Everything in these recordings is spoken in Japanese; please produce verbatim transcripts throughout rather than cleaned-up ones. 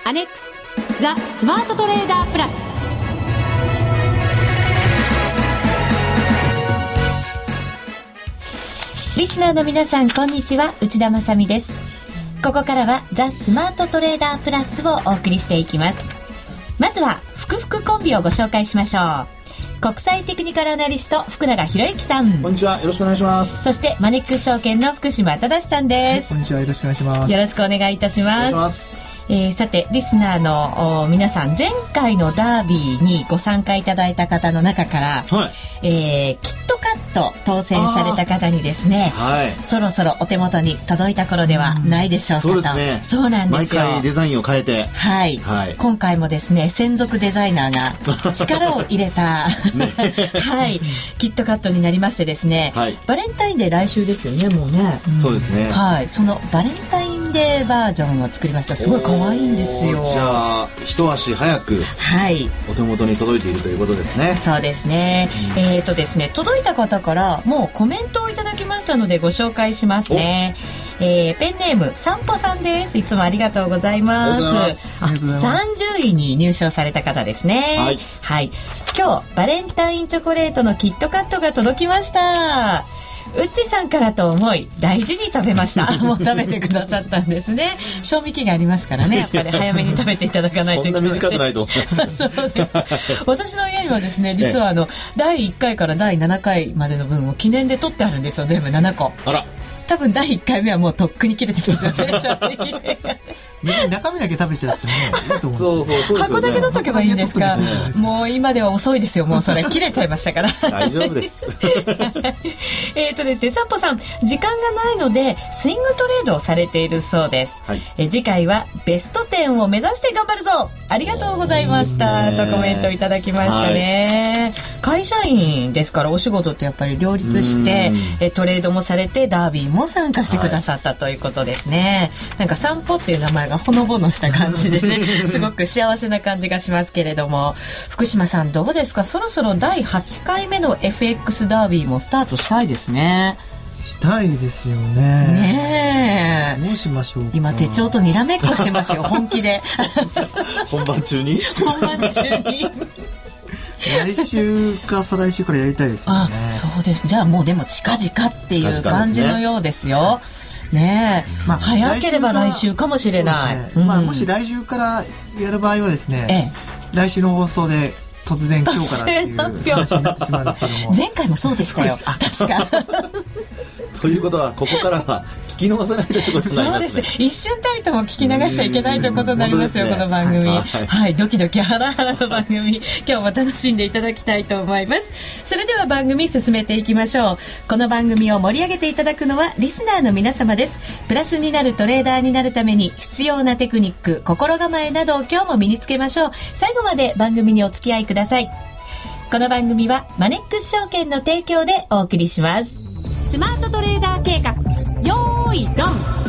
アネックスザ・スマートトレーダープラス。リスナーの皆さん、こんにちは、内田まさみです。ここからはザ・スマートトレーダープラスをお送りしていきます。まずはふくふくコンビをご紹介しましょう。国際テクニカルアナリスト福永博之さん、 こんにちは、よろしくお願いします。 そしてマネックス証券の福島忠さんです、 はい、こんにちは、よろしくお願いします。 よろしくお願いいたします。 お願いします。 えー、さてリスナーの皆さん、前回のダービーにご参加いただいた方の中から、はい、えー、キットカット当選された方にですね、はい、そろそろお手元に届いた頃ではないでしょうかと、うん、そうですね、そうなんですよ。 毎回デザインを変えて、 はい、はい、今回もですね、専属デザイナーが力を入れた、ねはい、キットカットになりましてですね、はい、バレンタインデー来週ですよね、もうね、 うん、そうですね、 はい、そのバレンタインデーバージョンを作りました。すごい可愛いんですよ。 じゃあ一足早くお手元に届いているということですね。 そうですね、うん、えーとですね届いた方からもうコメントをいただきましたのでご紹介しますね。えー、ペンネームさんぽさんです。いつもありがとうございます。ありがとうございます。あ、さんじゅういに入賞された方ですね。はい、はい、今日バレンタインチョコレートのキットカットが届きました。うっちさんからと思い大事に食べました。もう食べてくださったんですね。賞味期限ありますからね、やっぱり早めに食べていただかないといけません。 そんな短くないと思います。 そうです。私の家にはですね、実はあのだいいっかいからだいななかいまでの分を記念で取ってあるんですよ。全部ななこ。あら、多分だいいっかいめはもうとっくに切れてますよね。賞味期限が中身だけ食べちゃってもいいと思う。 そうそうそう、ね、 箱だけ取っとけばいいんですか。もう今では遅いですよ。もうそれ切れちゃいましたから大丈夫ですえっとですね、さんぽさん、時間がないのでスイングトレードをされているそうです、はい、え次回はベストじゅうを目指して頑張るぞ、ありがとうございましたとコメントいただきましたね、はい、会社員ですからお仕事とやっぱり両立してえトレードもされてダービーも参加してくださったということですね、はい、なんか散歩っていう名前がほのぼのした感じでねすごく幸せな感じがしますけれども、福島さんどうですか。そろそろだいはちかいめの エフエックス ダービーもスタートしたいですね。 したいですよね。 ねえ、 どうしましょうか。 今手帳とにらめっこしてますよ本気で本番中に本番中に来週か再来週からやりたいですよね。 あ、そうです。じゃあもうでも近々っていう感じのようですよ。ねえ、まあ、早ければ来週かもしれない、ね、 うん、まあ、もし来週からやる場合はですね、ええ、来週の放送で突然今日からっていう話になってしまうんですけども前回もそうでしたよ確かということはここからは聞き逃さないということになりますね。 そうです。一瞬たりとも聞き流しちゃいけないということになりますよ、ね、この番組、はいはいはい、ドキドキハラハラの番組今日も楽しんでいただきたいと思います。それでは番組進めていきましょう。この番組を盛り上げていただくのはリスナーの皆様です。プラスになるトレーダーになるために必要なテクニック、心構えなどを今日も身につけましょう。最後まで番組にお付き合いください。この番組はマネックス証券の提供でお送りします。スマートトレーダー計画、よーいドン。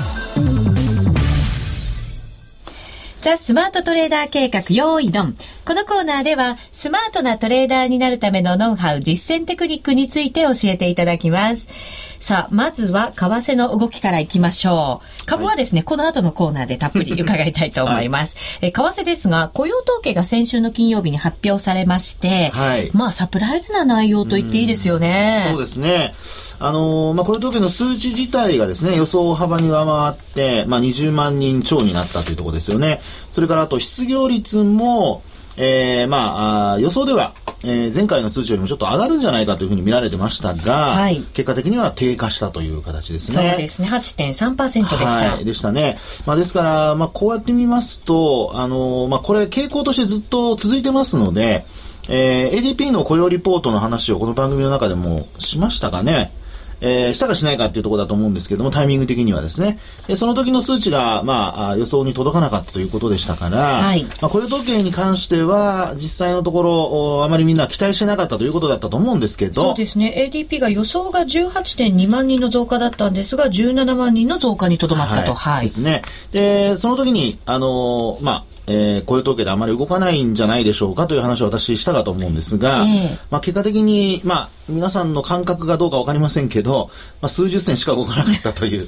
ザ・スマートトレーダー計画、よーいドン。このコーナーではスマートなトレーダーになるためのノウハウ、実践テクニックについて教えていただきます。さあ、まずは為替の動きからいきましょう。株はですね、はい、この後のコーナーでたっぷり伺いたいと思います、はい、え為替ですが、雇用統計が先週の金曜日に発表されまして、はい、まあサプライズな内容と言っていいですよね。 そうですね。あのーまあ、雇用統計の数値自体がですね、予想を幅に上回って、まあ、にじゅうまんにん超になったというところですよね。それからあと失業率も、えー、まあ予想では、えー、前回の数値よりもちょっと上がるんじゃないかというふうに見られてましたが、はい、結果的には低下したという形ですね。 そうですね。 はちてんさんパーセント でした、 はい、でしたね。まあ、ですから、まあ、こうやって見ますと、あのーまあ、これ傾向としてずっと続いてますので、えー、エーディーピー の雇用リポートの話をこの番組の中でもしましたかね。えー、したかしないかっていうところだと思うんですけども、タイミング的にはですね、でその時の数値が、まあ、予想に届かなかったということでしたから、はい、まあ、雇用統計に関しては実際のところあまりみんな期待してなかったということだったと思うんですけど、 そうですね。 エーディーピー が予想が じゅうはちてんにまんにんの増加だったんですがじゅうななまんにんの増加にとどまったと、 はいはい、 ですね。でその時にあのー、まあえー、雇用統計であまり動かないんじゃないでしょうかという話を私したかと思うんですが、えーまあ、結果的に、まあ、皆さんの感覚がどうか分かりませんけど、まあ、数十銭しか動かなかったという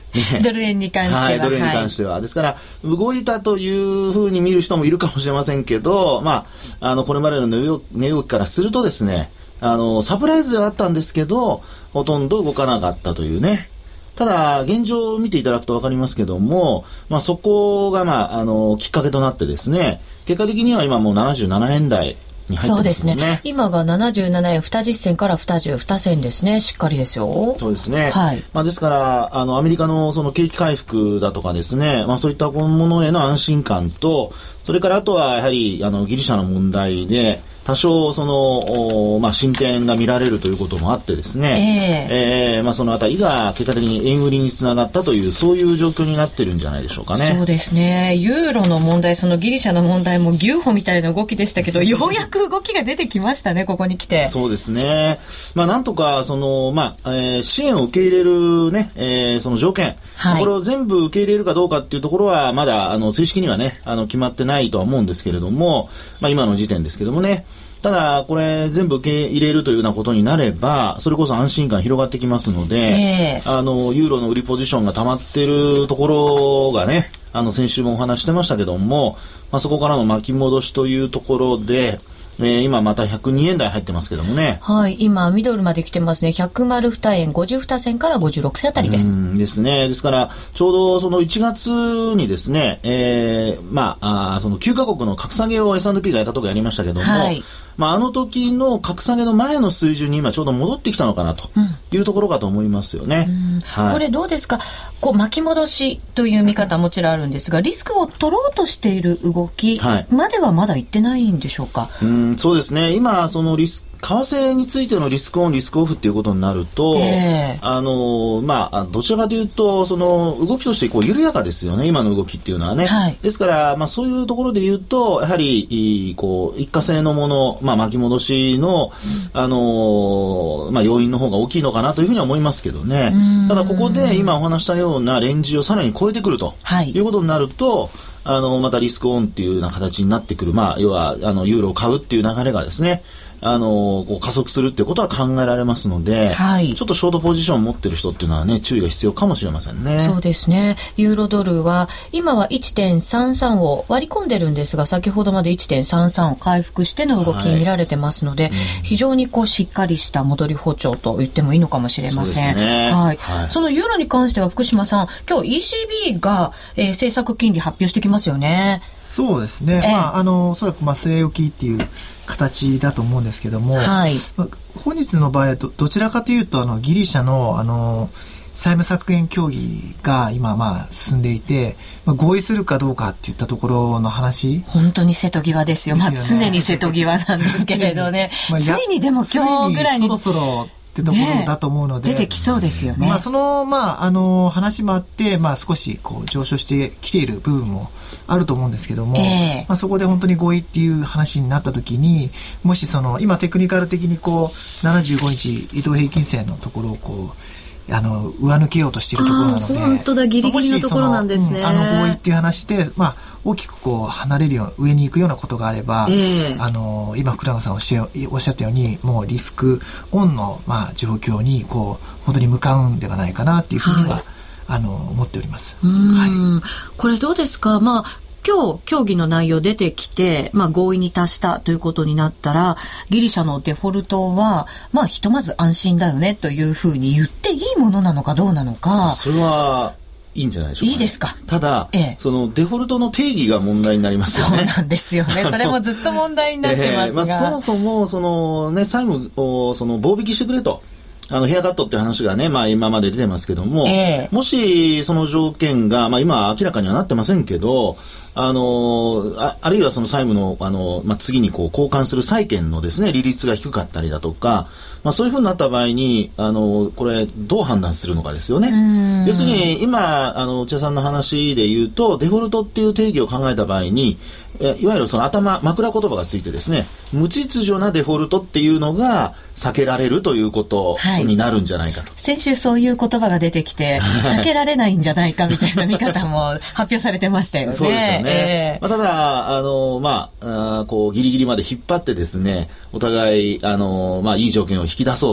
ドル円に関しては、 はい、ドル円に関しては、はい、ですから動いたというふうに見る人もいるかもしれませんけど、まあ、あのこれまでの値動きからするとですね、あのサプライズではあったんですけどほとんど動かなかったというね。ただ現状を見ていただくと分かりますけども、まあ、そこが、まあ、あのきっかけとなってですね、結果的には今もうななじゅうななえん台に入ってますね。 そうですね。今がななじゅうななえんにじゅっ銭からにじゅうに銭ですね。しっかりですよ。 そうですね。 はい。 まあ、ですからあのアメリカのその景気回復だとかですね、まあ、そういったものへの安心感と、それからあとはやはりあのギリシャの問題で多少その、まあ、進展が見られるということもあってですね、えーえーまあ、そのあたりが結果的に円売りにつながったという、そういう状況になってるんじゃないでしょうかね。 そうですね。ユーロの問題、そのギリシャの問題も牛歩みたいな動きでしたけど、ようやく動きが出てきましたね、ここに来て。 そうですね。まあ、なんとかその、まあえー、支援を受け入れる、ねえー、その条件、はい、これを全部受け入れるかどうかっていうところはまだあの正式にはねあの決まってないとは思うんですけれども、まあ、今の時点ですけどもね。ただこれ全部受け入れるというようなことになれば、それこそ安心感広がってきますので、えー、あのユーロの売りポジションが溜まっているところがね、あの先週もお話してましたけども、まあ、そこからの巻き戻しというところで、えー、今またひゃくにえん台入ってますけどもね。 はい、今ミドルまで来てますね。ひゃくにえんごじゅうに銭からごじゅうろく銭あたりです。 うんですね。ですからちょうどそのいちがつにですね、えー、まあ、あそのきゅうカ国の格下げを エスアンドピー がやったとこやりましたけども、はい、まあ、あの時の格下げの前の水準に今ちょうど戻ってきたのかなというところかと思いますよね。 うんはい、これどうですか。こう巻き戻しという見方はもちろんあるんですが、リスクを取ろうとしている動きまではまだいってないんでしょうか。 はい、うんそうですね。今そのリスク為替についてのリスクオンリスクオフっていうことになると、えー、あのまあどちらかというとその動きとしてこう緩やかですよね、今の動きっていうのはね。はい、ですからまあそういうところで言うとやはりこう一過性のもの、まあ、巻き戻しの、うん、あのまあ要因の方が大きいのかなというふうには思いますけどね。ただここで今お話したようなレンジをさらに超えてくると、はい、いうことになると。あのまたリスクオンっていうような形になってくる、まあ、要はあのユーロを買うっていう流れがですね、あのこう加速するっていうことは考えられますので、はい、ちょっとショートポジションを持ってる人っていうのはね注意が必要かもしれませんね。 そうですね。ユーロドルは今は いってんさんさん を割り込んでるんですが、先ほどまで いってんさんさん を回復しての動きに見られてますので、はいうん、非常にこうしっかりした戻り歩調と言ってもいいのかもしれません。そうですね。はいはい、そのユーロに関しては福島さん、今日 イーシービー が、えー、政策金利発表してきますよね。 そうですね。えー、まああのおそらくまあ据え置きっていう形だと思うんですけども、はい、本日の場合は ど, どちらかというとあのギリシャのあの債務削減協議が今まあ進んでいて、まあ、合意するかどうかっていったところの話、 本当に瀬戸際ですよ。ですよね。まあ、常に瀬戸際なんですけれどねまあ、ついにでも今日ぐらいにそろそろってところだと思うので、 ね、出てきそうですよね。 まあ、その、まあ、あの話もあって、まあ、少しこう上昇してきている部分もあると思うんですけども、えーまあ、そこで本当に合意っていう話になった時に、もしその今テクニカル的にこうななじゅうごにち移動平均線のところをこうあの上抜けようとしているところなので、 本当だギリギリのところなんですね。 あの合意っていう話で、まあ、大きくこう離れるよう上に行くようなことがあれば、えー、あの今福永さんおっしゃおっしゃったようにもうリスクオンの、まあ、状況にこう本当に向かうんではないかなっていうふうには、はい、あの思っております。 はい、これどうですか。まあ今日協議の内容出てきて、まあ、合意に達したということになったらギリシャのデフォルトは、まあ、ひとまず安心だよねというふうに言っていいものなのかどうなのか。 それはいいんじゃないでしょうか、ね、 いいですか。 ただ、ええ、そのデフォルトの定義が問題になりますよね。 そうなんですよね。それもずっと問題になってますが、えーまあ、 そもそもその、ね、債務をその棒引きしてくれとあのヘアカットっていう話がね、まあ、今まで出てますけども、えー、もしその条件が、まあ、今明らかにはなってませんけど、あの あ, あるいはその債務の、あの、まあ、次にこう交換する債権のですね利率が低かったりだとか、まあ、そういうふうになった場合にあのこれどう判断するのかですよね。要するに今あの内田さんの話で言うとデフォルトっていう定義を考えた場合にいわゆるその頭枕言葉がついてですね無秩序なデフォルトっていうのが避けられるということになるんじゃないかと、はい、 先週そういう言葉が出てきて避けられないんじゃないかみたいな見方も発表されてましたよね。 そうですよね、えーまあ、ただあの、まあ、あこうギリギリまで引っ張ってですねお互いあの、まあ、いい条件を引き出そうと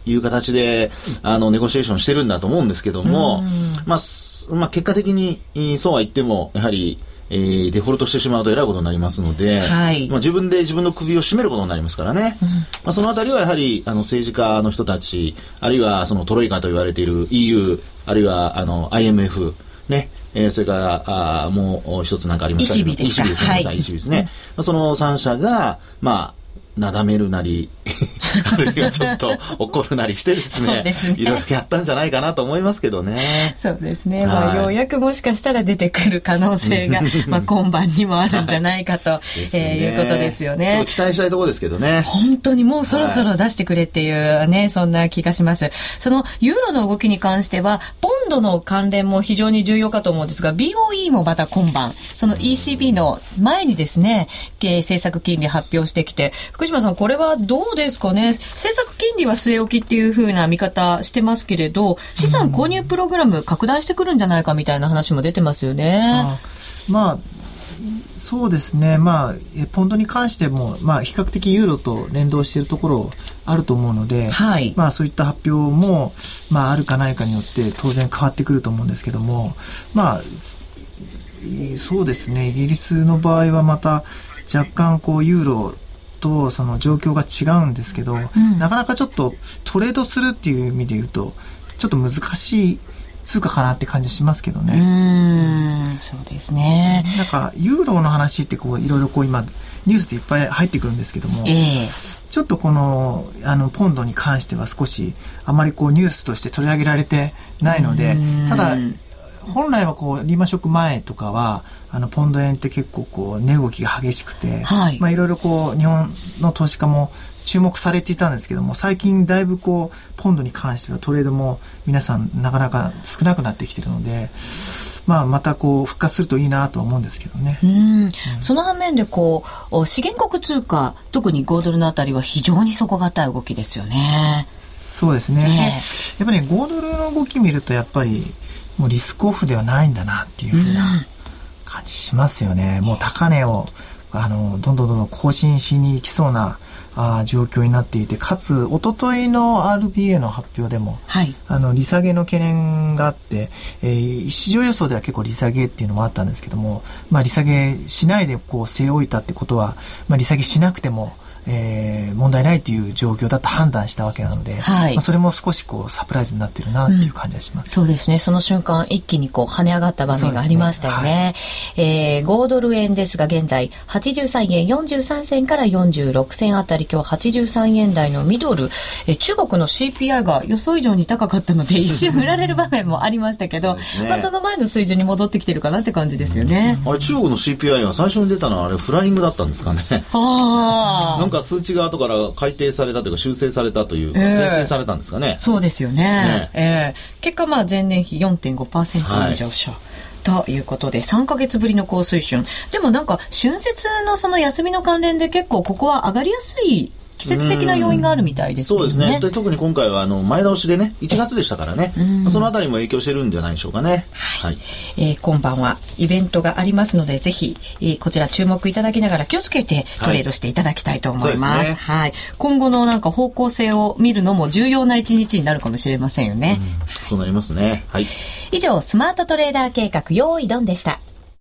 いう形で、あの、ネゴシエーションしてるんだと思うんですけども、まあ、まあ、結果的に、そうは言っても、やはり、えー、デフォルトしてしまうとえらいことになりますので、はい、まあ、自分で自分の首を絞めることになりますからね。うん、まあ、そのあたりはやはり、あの、政治家の人たち、あるいはそのトロイカと言われている イーユー、あるいはあの アイエムエフ、ね、えー、それからあもう一つなんかありますか？イシビですか？イシビですね。はい、イシビですね。うん、そのさん社が、まあ、なだめるなりあるいはちょっと怒るなりしてですね、ですね、いろいろやったんじゃないかなと思いますけどね。 そうですね、まあ、ようやくもしかしたら出てくる可能性がまあ今晩にもあるんじゃないかと、はいえー、いうことですよね。 ちょっと期待したいところですけどね。 本当にもうそろそろ出してくれっていうね、はい、そんな気がします。そのユーロの動きに関してはポンドの関連も非常に重要かと思うんですが ビーオーイー もまた今晩その イーシービー の前にですね政策金利発表してきて、福島さんこれはどうですかね。政策金利は据え置きっていう風な見方してますけれど、資産購入プログラム拡大してくるんじゃないかみたいな話も出てますよね。 あまあそうですね、まあ、ポンドに関しても、まあ、比較的ユーロと連動しているところあると思うので、はいまあ、そういった発表も、まあ、あるかないかによって当然変わってくると思うんですけども、まあ、そうですね、イギリスの場合はまた若干こうユーロとその状況が違うんですけど、うん、なかなかちょっとトレードするっていう意味で言うとちょっと難しい通貨かなって感じしますけどね。 うーんそうですね。 なんかユーロの話ってこういろいろこう今ニュースでいっぱい入ってくるんですけども、えー、ちょっとこのあのポンドに関しては少しあまりこうニュースとして取り上げられてないので、ただ本来はこうリーマンショック前とかはあのポンド円って結構こう値動きが激しくて、はいまあ、いろいろこう日本の投資家も注目されていたんですけども、最近だいぶこうポンドに関してはトレードも皆さんなかなか少なくなってきているので、まあ、またこう復活するといいなとは思うんですけどね。 うん、うん、その反面でこう資源国通貨特にごドルのあたりは非常に底堅い動きですよね。 そうですね、ねやっぱり、ね、ごドルの動き見るとやっぱりもうリスクオフではないんだなっていうふうな感じしますよね。うん、もう高値をあのどんどんどんどん更新しに行きそうなあ状況になっていて、かつ一昨日の アールビーエー の発表でも、はい、あの利下げの懸念があって、えー、市場予想では結構利下げっていうのもあったんですけども、まあ、利下げしないでこう据え置いたってことは、まあ、利下げしなくてもえー、問題ないという状況だと判断したわけなので、はいまあ、それも少しこうサプライズになっているなっていう感じがします、 うん、そうですね。その瞬間一気にこう跳ね上がった場面がありましたよね。はいえー、ごドル円ですが現在はちじゅうさんえんよんじゅうさんせんからよんじゅうろくせんあたり、今日はちじゅうさんえん台のミドル、えー、中国の シーピーアイ が予想以上に高かったので一瞬売られる場面もありましたけどそ, 、ねまあ、その前の水準に戻ってきてるかなって感じですよね。 うん、あれ中国の シーピーアイ が最初に出たのはあれフライングだったんですかね。あなんか数値が後から改定されたというか修正されたというか、えー、訂正されたんですかね。 そうですよね。ねえー、結果まあ前年比 よんてんごパーセント の上昇、はいということでさんかげつぶりの高水準。でもなんか春節のその休みの関連で結構ここは上がりやすい季節的な要因があるみたいですね。 そうですね。で特に今回はあの前倒しでねいちがつでしたからね、そのあたりも影響してるんじゃないでしょうかね。 はいはいえー、今晩はイベントがありますのでぜひ、えー、こちら注目いただきながら気をつけてトレードしていただきたいと思います。はい、ねはい、今後のなんか方向性を見るのも重要な一日になるかもしれませんよね。 うん、そうなりますね。はい。 以上スマートトレーダー計画用意ドンでした。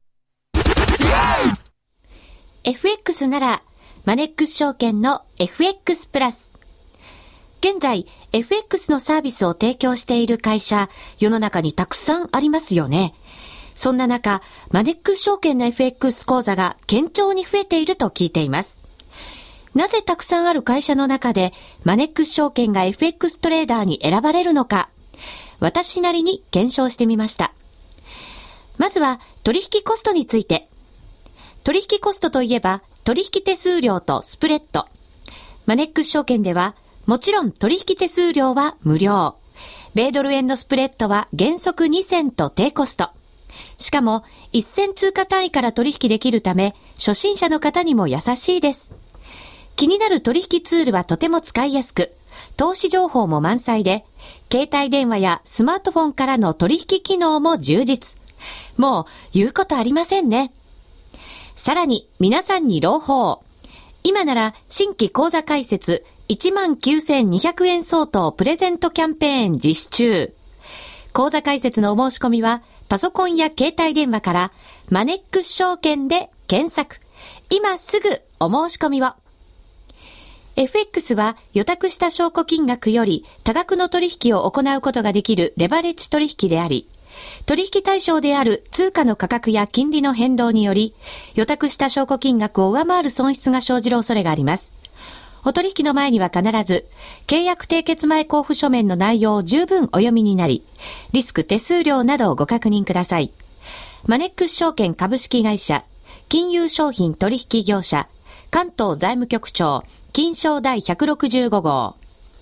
エフエックス ならマネックス証券の エフエックス プラス。現在 エフエックス のサービスを提供している会社、世の中にたくさんありますよね。そんな中、マネックス証券の エフエックス 口座が堅調に増えていると聞いています。なぜたくさんある会社の中でマネックス証券が エフエックス トレーダーに選ばれるのか、私なりに検証してみました。まずは取引コストについて。取引コストといえば取引手数料とスプレッド。マネックス証券ではもちろん取引手数料は無料。米ドル円のスプレッドは原則にセント低コスト。しかもいっせん通貨単位から取引できるため初心者の方にも優しいです。気になる取引ツールはとても使いやすく、投資情報も満載で、携帯電話やスマートフォンからの取引機能も充実。もう言うことありませんね。さらに皆さんに朗報。今なら新規口座開設いちまんきゅうせんにひゃくえん相当プレゼントキャンペーン実施中。口座開設のお申し込みは、パソコンや携帯電話からマネックス証券で検索。今すぐお申し込みを。エフエックス は予託した証拠金額より多額の取引を行うことができるレバレッジ取引であり、取引対象である通貨の価格や金利の変動により、予託した証拠金額を上回る損失が生じる恐れがあります。お取引の前には必ず、契約締結前交付書面の内容を十分お読みになり、リスク手数料などをご確認ください。マネックス証券株式会社、金融商品取引業者、関東財務局長、金商第ひゃくろくじゅうご号。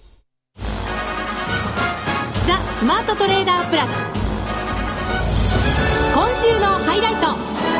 ザ・スマートトレーダープラス。今週のハイライト。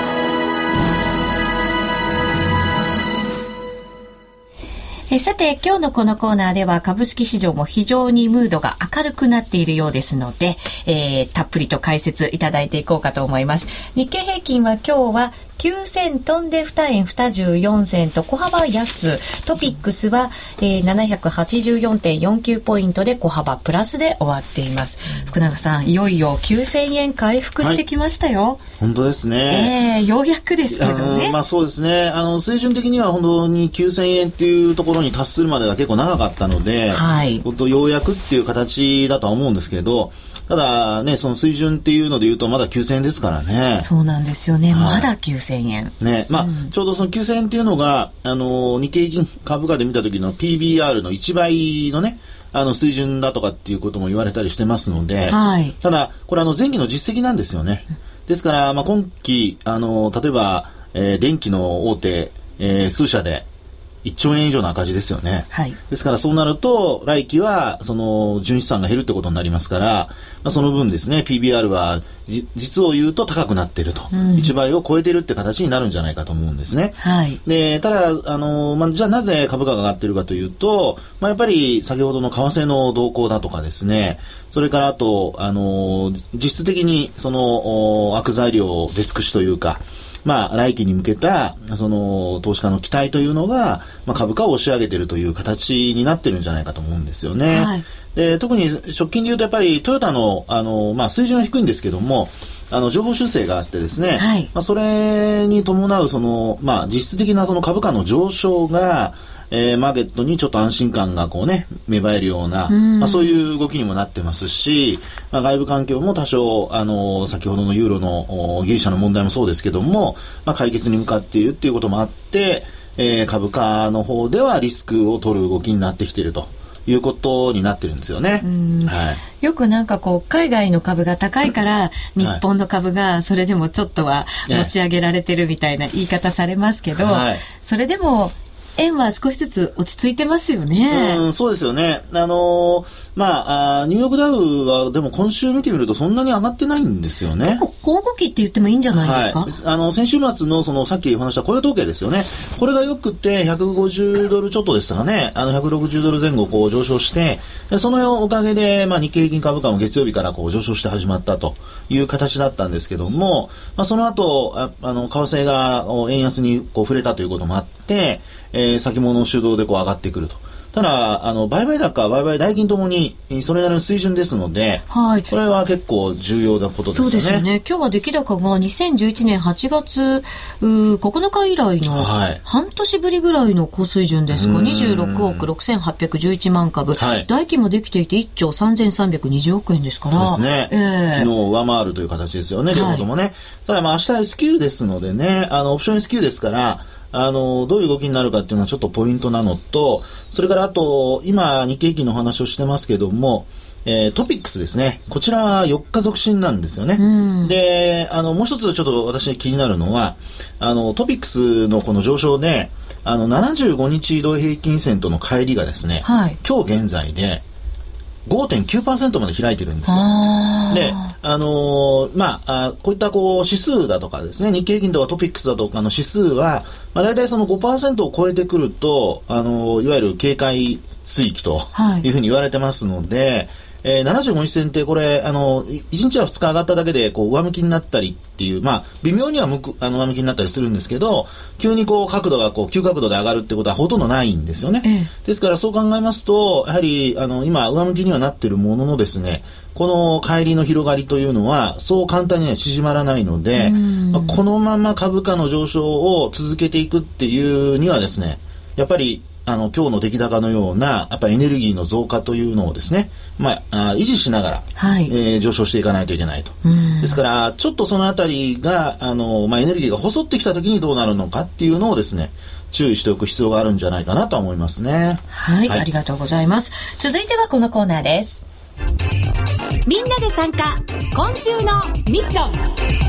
えさて、今日のこのコーナーでは株式市場も非常にムードが明るくなっているようですので、えー、たっぷりと解説いただいていこうかと思います。日経平均は今日はきゅう銭飛んでにえんにじゅうよん銭と小幅安。トピックスは、えー、ななひゃくはちじゅうよんてんよんきゅうポイントで小幅プラスで終わっています。福永さん、いよいよきゅうせんえん回復してきましたよ。はい、 本当ですね。 えー、ようやくですけどね。 まあそうですね。あの水準的には本当にきゅうせんえんっていうところに達するまでが結構長かったので、はい、本当ようやくっていう形だとは思うんですけど、ただね、その水準っていうので言うとまだきゅうせんえんですからね。 そうなんですよね。はい、まだきゅうせんえん。 ね、まあ、うん、ちょうどそのきゅうせんえんっていうのが、あの、日経平均株価で見た時の ピービーアール のいちばいのね、あの水準だとかっていうことも言われたりしてますので、はい、ただ、これあの前期の実績なんですよね。ですから、まあ今期、あの、例えば、えー、電気の大手、えー、数社で、いっちょうえん以上の赤字ですよね。はい、ですからそうなると来期はその純資産が減るってことになりますから、まあ、その分ですね ピービーアール は実を言うと高くなっていると、うん、いちばいを超えているって形になるんじゃないかと思うんですね。はい、でただあの、まあ、じゃあなぜ株価が上がっているかというと、まあ、やっぱり先ほどの為替の動向だとかですね、それからあとあの実質的にその悪材料を出尽くしというか、まあ、来期に向けたその投資家の期待というのが、まあ、株価を押し上げているという形になってるんじゃないかと思うんですよね。はい、で特に直近でいうとやっぱりトヨタの、あの、まあ、水準は低いんですけども、あの情報修正があってですね、はい、まあ、それに伴うその、まあ、実質的なその株価の上昇がえー、マーケットにちょっと安心感がこうね芽生えるような、うんまあ、そういう動きにもなってますし、まあ、外部環境も多少あの先ほどのユーロのギリシャの問題もそうですけども、まあ、解決に向かっているっていうこともあって、えー、株価の方ではリスクを取る動きになってきているということになってるんですよね。 はい、よくなんかこう海外の株が高いから日本の株がそれでもちょっとは持ち上げられてるみたいな言い方されますけど、はい、それでも円は少しずつ落ち着いてますよね。 うん、そうですよね。あのー、まあ、あニューヨークダウはでも今週見てみるとそんなに上がってないんですよね。 結構小動きって言ってもいいんじゃないですか。はい、 あの先週末のそのさっきお話した雇用統計ですよね。これがよくてひゃくごじゅうドルちょっとでしたかね。あのひゃくろくじゅうドル前後こう上昇して、そのおかげでまあ日経平均株価も月曜日からこう上昇して始まったという形だったんですけども、まあ、その後ああの為替が円安にこう触れたということもあって、えー、先物主導でこう上がってくると。ただあの売買高売買代金ともにそれなりの水準ですので、はい、これは結構重要なことですよね。 そうですよね。今日は出来高がにせんじゅういちねんはちがつここのか以来の半年ぶりぐらいの高水準ですが、はい、にじゅうろくおくろくせんはっぴゃくじゅういちまんかぶ、はい、代金もできていていっちょうさんぜんさんびゃくにじゅうおくえんですから、 そうですね、えー、昨日上回るという形ですよね、両方ともね。はい、ただまあ明日 エスキュー ですのでね、あのオプション エスキュー ですからあのどういう動きになるかっていうのはちょっとポイントなのと、それからあと今日経平均の話をしてますけども、えー、トピックスですね、こちらはよっか続伸なんですよね。であのもう一つちょっと私気になるのはあのトピックスのこの上昇であのななじゅうごにち移動平均線との乖離がですね、はい、今日現在で ごてんきゅうパーセント まで開いてるんですよ。であのー、まあ、あこういったこう指数だとかですね、日経平均とかトピックスだとかの指数は、まあ、大体その ごパーセント を超えてくると、あのー、いわゆる警戒水域というふうに言われてますので、はい、 えー、ななじゅうごにち線ってこれ、あの、いちにちはふつか上がっただけで、こう、上向きになったりっていう、まあ、微妙には向く、あの、上向きになったりするんですけど、急にこう、角度がこう、急角度で上がるってことはほとんどないんですよね。ええ、ですから、そう考えますと、やはり、あの、今、上向きにはなってるもののですね、この乖離の広がりというのは、そう簡単には縮まらないので、まあ、このまま株価の上昇を続けていくっていうにはですね、やっぱり、あの今日の出来高のようなやっぱりエネルギーの増加というのをですね、まあ、あ維持しながら、はい、えー、上昇していかないといけないと。ですからちょっとそのあたりがあの、まあ、エネルギーが細ってきた時にどうなるのかっていうのをですね注意しておく必要があるんじゃないかなと思いますね。 はい、はい、ありがとうございます。続いてはこのコーナーです。みんなで参加、今週のミッション。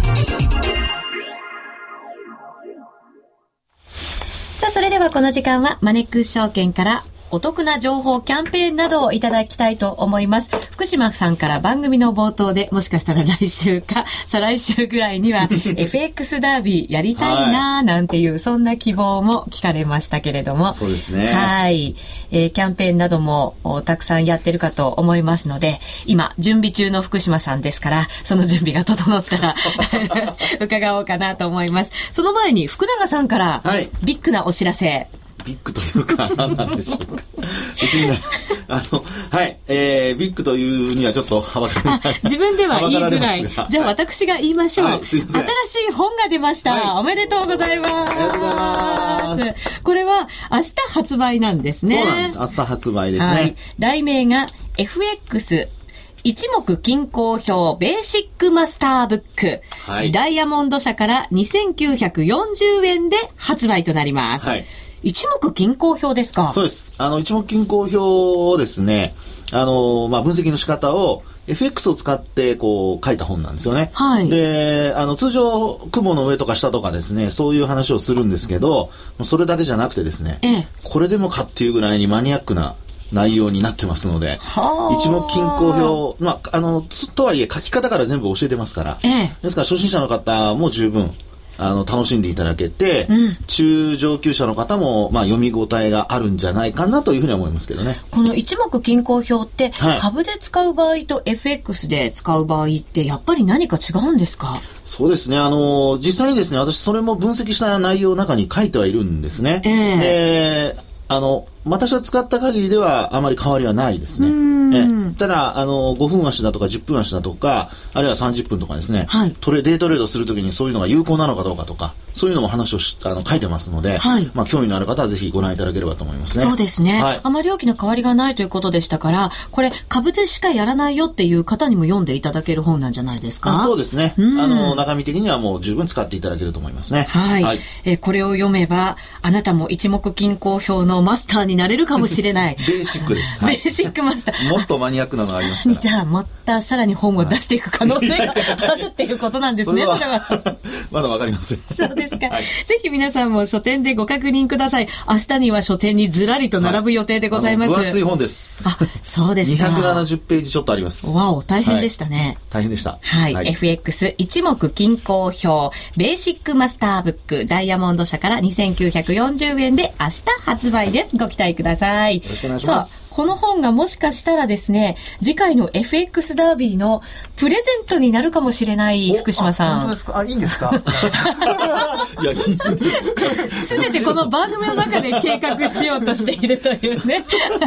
さあ、それではこの時間はマネックス証券からお得な情報キャンペーンなどをいただきたいと思います。福島さんから番組の冒頭でもしかしたら来週か再来週ぐらいにはエフエックス ダービーやりたいななんていう、はい、そんな希望も聞かれましたけれども、 そうですね、 はい、えー、キャンペーンなどもたくさんやってるかと思いますので、今準備中の福島さんですから、その準備が整ったら伺おうかなと思います。その前に福永さんからビッグなお知らせ、はい、 ビッグというか何なんでしょうか別にあのはい、えー、ビッグというにはちょっとはばからない自分では言いづらい。じゃあ私が言いましょう、はい、すいません。新しい本が出ました、はい、おめでとうございます。 ありがとうございます。 これは明日発売なんですね。 そうなんです、明日発売ですね、はい、 題名が エフエックス一目均衡表ベーシックマスターブック、はい、ダイヤモンド社からにせんきゅうひゃくよんじゅうえんで発売となります、はい。一目均衡表ですか？ そうです。あの一目均衡表をですね、あのまあ分析の仕方を エフエックス を使ってこう書いた本なんですよね。はい。で、あの通常雲の上とか下とかですね、そういう話をするんですけど、それだけじゃなくてですね、ええ、これでもかっていうぐらいにマニアックな内容になってますので、一目均衡表、まああのとはいえ書き方から全部教えてますから、ええ、ですから初心者の方も十分あの楽しんでいただけて、うん、中上級者の方も、まあ、読み応えがあるんじゃないかなというふうに思いますけどね。 この一目均衡表って、はい、株で使う場合と エフエックス で使う場合ってやっぱり何か違うんですか？ そうですね、あの実際にですね、私それも分析した内容の中に書いてはいるんですね。えーえー、あの私は使った限りではあまり変わりはないですね。えただあのごふん足だとかじゅっぷん足だとか、あるいはさんじゅっぷんとかですね、はい、トレデイトレードするときにそういうのが有効なのかどうかとか、そういうのも話をしあの書いてますので、はい、まあ、興味のある方はぜひご覧いただければと思いますね。 そうですね、はい、あまり大きな変わりがないということでしたから、これ株でしかやらないよっていう方にも読んでいただける本なんじゃないですか？ あ、そうですね、あの中身的にはもう十分使っていただけると思いますね。 はい、はい、えこれを読めばあなたも一目均衡表のマスターになれるかもしれないベーシックです、はい、 ベーシックマスターもっとマニアックなのがありますから、 じゃあまたさらに本を出していく可能性があるっていうことなんですね。それはそれはまだわかりません。 そうですか、はい、ぜひ皆さんも書店でご確認ください。明日には書店にずらりと並ぶ予定でございます、 はい、分厚い本です。 あ、そうですか。 にひゃくななじゅっページちょっとあります。 わお、大変でしたね、 はい、大変でした、 はいはい、エフエックス 一目均衡表ベーシックマスターブックダイヤモンド社からにせんきゅうひゃくよんじゅうえんで明日発売です。ご期待ください。 よろしくお願いします。 さあ、この本がもしかしたらですね、次回の エフエックス ダービーのプレゼントになるかもしれない。福島さん、 本当ですか？あ、いいんですか？ いや、いいんですか？ すべてこの番組の中で計画しようとしているというね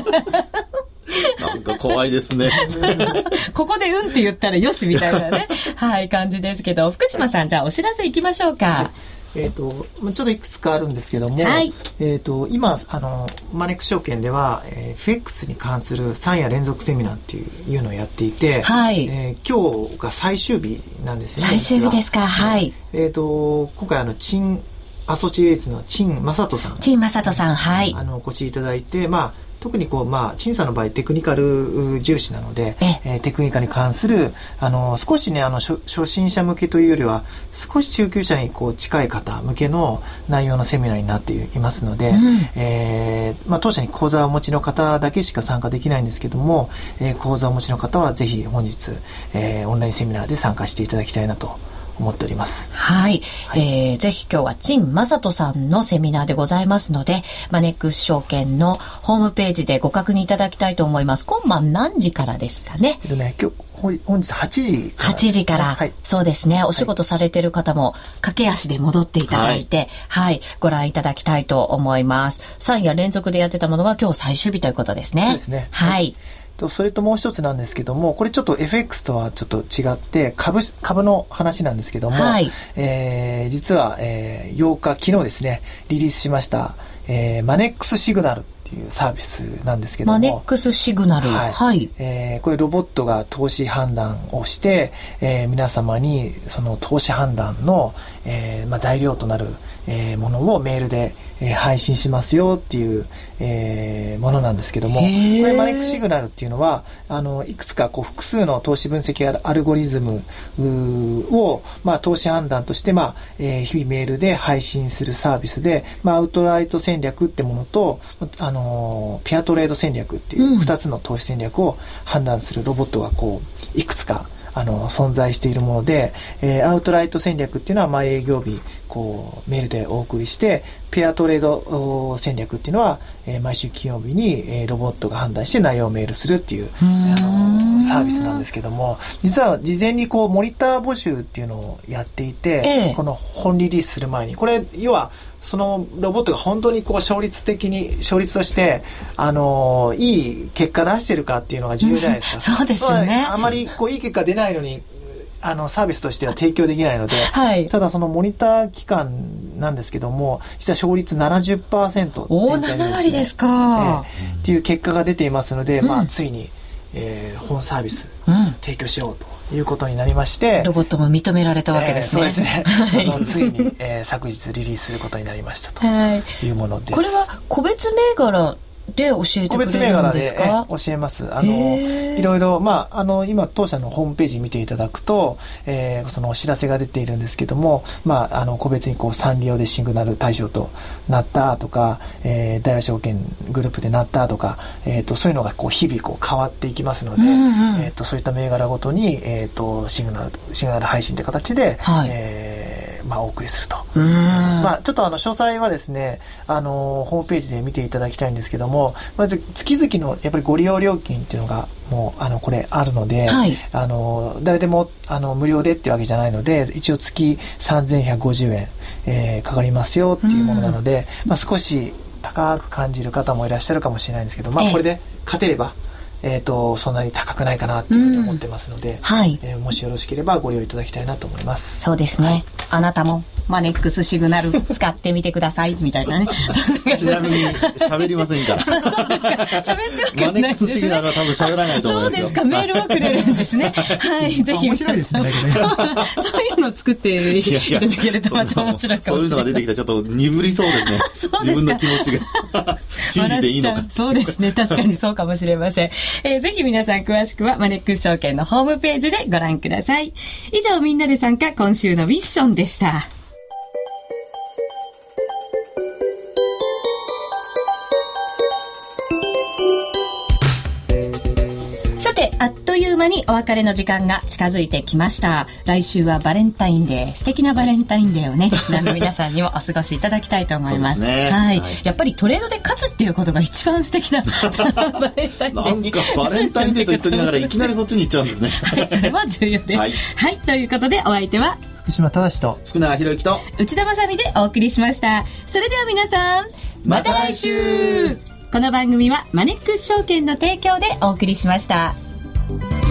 なんか怖いですねここでうんって言ったらよしみたいなねはい感じですけど、福島さん、じゃあお知らせいきましょうか。 えーと、ちょっといくつかあるんですけども、はい、えーと、今あのマネックス証券では、えー、エフエックス に関するさん夜連続セミナーっていう、いうのをやっていて、はい、えー、今日が最終日なんですね。 最終日ですか。はい、 えーと、今回あの陳アソチエイツの陳正人さん陳正人さん、はい、 あのお越しいただいて、まあ特にこう、まあ、陳さんの場合テクニカル重視なので、えー、テクニカに関するあの少しねあの初心者向けというよりは少し中級者にこう近い方向けの内容のセミナーになっていますので、うん、えーまあ、当社に講座をお持ちの方だけしか参加できないんですけども、えー、講座をお持ちの方はぜひ本日、えー、オンラインセミナーで参加していただきたいなと思っております。 はい、はい、えー、ぜひ今日は陳正人さんのセミナーでございますので、マネックス証券のホームページでご確認いただきたいと思います。今晩何時からですかね。 えっとね、今日本日はちじから、 はちじから、はい、そうですね。お仕事されてる方も駆け足で戻っていただいて、はい、はい、ご覧いただきたいと思います。さん夜連続でやってたものが今日最終日ということですね。 そうですね。 はい。はい、 とそれともう一つなんですけども、これちょっと エフエックス とはちょっと違って株株の話なんですけども、はい、えー、実は、えー、ようか昨日ですねリリースしました、えー、マネックスシグナルっていうサービスなんですけども、 マネックスシグナル、はい、はい、 えー、これロボットが投資判断をして、えー、皆様にその投資判断の、えーまあ、材料となる、えー、ものをメールで、えー、配信しますよっていう、えー、ものなんですけども、これマネックスシグナルっていうのはあのいくつかこう複数の投資分析アルゴリズムを、まあ、投資判断として、まあえー、日々メールで配信するサービスで、まあ、アウトライト戦略ってものとあのペアトレード戦略っていうふたつの投資戦略を判断するロボットがこういくつかあの存在しているもので、えー、アウトライト戦略っていうのは毎営業日こうメールでお送りして、ペアトレード戦略っていうのは、えー、毎週金曜日に、えー、ロボットが判断して内容をメールするっていうあのサービスなんですけども、実は事前にこうモニター募集っていうのをやっていて、ええ、この本リリースする前にこれ要はそのロボットが本当にこう勝率的に勝率としてあのいい結果出してるかっていうのが重要じゃないですか。 そうですよね。 あまりこういい結果出ないのにあのサービスとしては提供できないので、 はい、 ただそのモニター期間なんですけども、実は勝率 ななじゅっパーセント、 おなな割ですか、 えー、っていう結果が出ていますので、うん、まあついに、えー、本サービス提供しようということになりまして、 うん、ロボットも認められたわけですね。 えー、そうですね。あのついに、えー、昨日リリースすることになりましたというものです。 これは個別銘柄で教えてくれるんですか？個別銘柄で教えます。あのいろいろ、まあ、あの今当社のホームページ見ていただくと、えー、そのお知らせが出ているんですけども、まあ、あの個別にこうサンリオでシグナル対象となったとか、えー、大和証券グループでなったとか、えー、とそういうのがこう日々こう変わっていきますので、うんうん、えー、とそういった銘柄ごとに、えー、とシグナルシグナル配信という形で、はい、えーまあ、お送りすると。まあ、ちょっとあの詳細はですね、あのホームページで見ていただきたいんですけども、まず月々のやっぱりご利用料金っていうのがもうあのこれあるので、はい、あの誰でもあの無料でっていうわけじゃないので、一応月さんぜんひゃくごじゅうえん、えー、かかりますよっていうものなので、まあ、少し高く感じる方もいらっしゃるかもしれないんですけど、まあ、これで勝てれば、えー、とそんなに高くないかなっていうふうに思ってますので、はい、えー、もしよろしければご利用いただきたいなと思います。 そうですね、はい、あなたもマネックスシグナル使ってみてくださいみたいなね。 ちなみに喋りませんから。 そうですか。喋ってわけないですね。マネックスシグナルは多分喋らないと思いますよ。そうですか。メールをくれるんですね。はい。ぜひ面白いですね。 そういうのを作っていただけるとまた面白いかもしれない。 そういうのが出てきたらちょっと鈍りそうですね。 そうですか。 自分の気持ちが信じていいのか。 そうですね。確かにそうかもしれません。えー、ぜひ皆さん詳しくはマネックス証券のホームページでご覧ください。以上、みんなで参加今週のミッションでした。あっという間にお別れの時間が近づいてきました。来週はバレンタインデー、素敵なバレンタインデーをね、リスナーの皆さんにもお過ごしいただきたいと思います。 そうですね。 はい。はい、やっぱりトレードで勝つっていうことが一番素敵なバレンタインデー。 なんかバレンタインデーと言っときながらいきなりそっちに行っちゃうんですね。 はい、それは重要です。はい、はい、ということでお相手は福島正と福永博之と内田まさみでお送りしました。それでは皆さん、また来週。この番組はマネックス証券の提供でお送りしました。